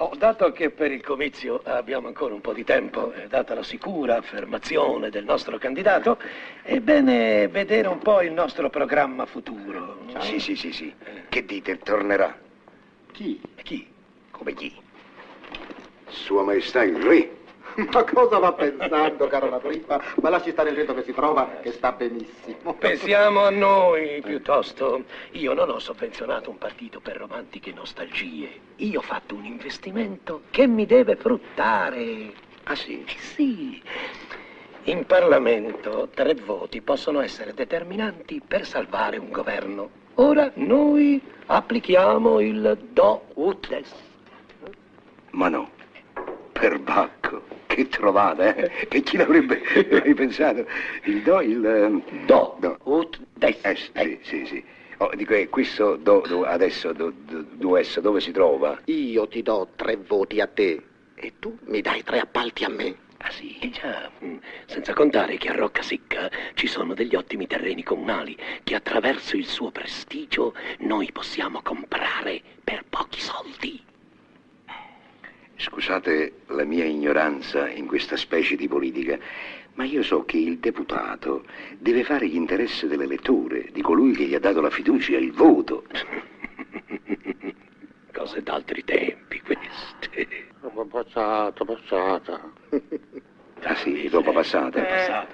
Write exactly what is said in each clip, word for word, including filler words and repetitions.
Oh, dato che per il comizio abbiamo ancora un po' di tempo, e data la sicura affermazione del nostro candidato, è bene vedere un po' il nostro programma futuro. Sì, sì, sì, sì. Che dite, tornerà? Chi? Chi? Come chi? Sua Maestà il Re. Ma cosa va pensando, caro la trippa? Ma lasci stare il vento che si trova, che sta benissimo. Pensiamo a noi, piuttosto. Io non ho sovvenzionato un partito per romantiche nostalgie. Io ho fatto un investimento che mi deve fruttare. Ah, sì? Eh sì. In Parlamento tre voti possono essere determinanti per salvare un governo. Ora noi applichiamo il do ut des. Ma no, perbacco. Che trovata, eh? E chi l'avrebbe mai pensato? Il do, il... Um, do, do. ut des. Eh, sì, sì, sì. Oh, dico, eh, questo do, do, adesso, do, do, do esso, dove si trova? Io ti do tre voti a te e tu mi dai tre appalti a me. Ah sì, già. Senza contare che a Roccasecca ci sono degli ottimi terreni comunali che attraverso il suo prestigio noi possiamo comprare per pochi soldi. Scusate la mia ignoranza in questa specie di politica, ma io so che il deputato deve fare gli interessi dell'elettore, di colui che gli ha dato la fiducia e il voto. Cose d'altri tempi queste. Roba passata, passata. Ah sì, roba passata. È passata.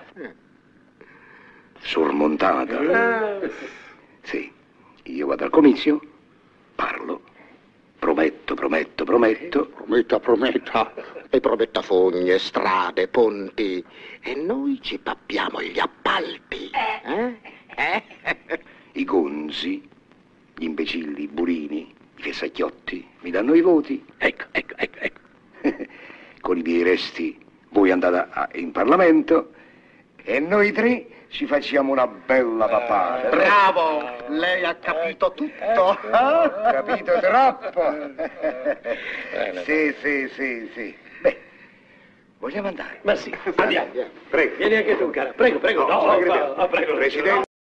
Sormontata. Sì, io vado al comizio, parlo. Prometto, prometto, prometto. Prometta, prometta. E prometta fogne, strade, ponti. E noi ci pappiamo gli appalti. Eh? Eh? I gonzi, gli imbecilli, i burini, i fessacchiotti, mi danno i voti. Ecco, ecco, ecco, ecco. Con i miei resti voi andate a, in Parlamento e noi tre ci facciamo una bella papata. Bravo! Lei ha capito tutto. Capito troppo. Sì, sì, sì, sì. Beh, vogliamo andare? Ma sì, andiamo. Prego. Vieni anche tu, cara. Prego, prego. No, No, no, no, no, prego. Presidente.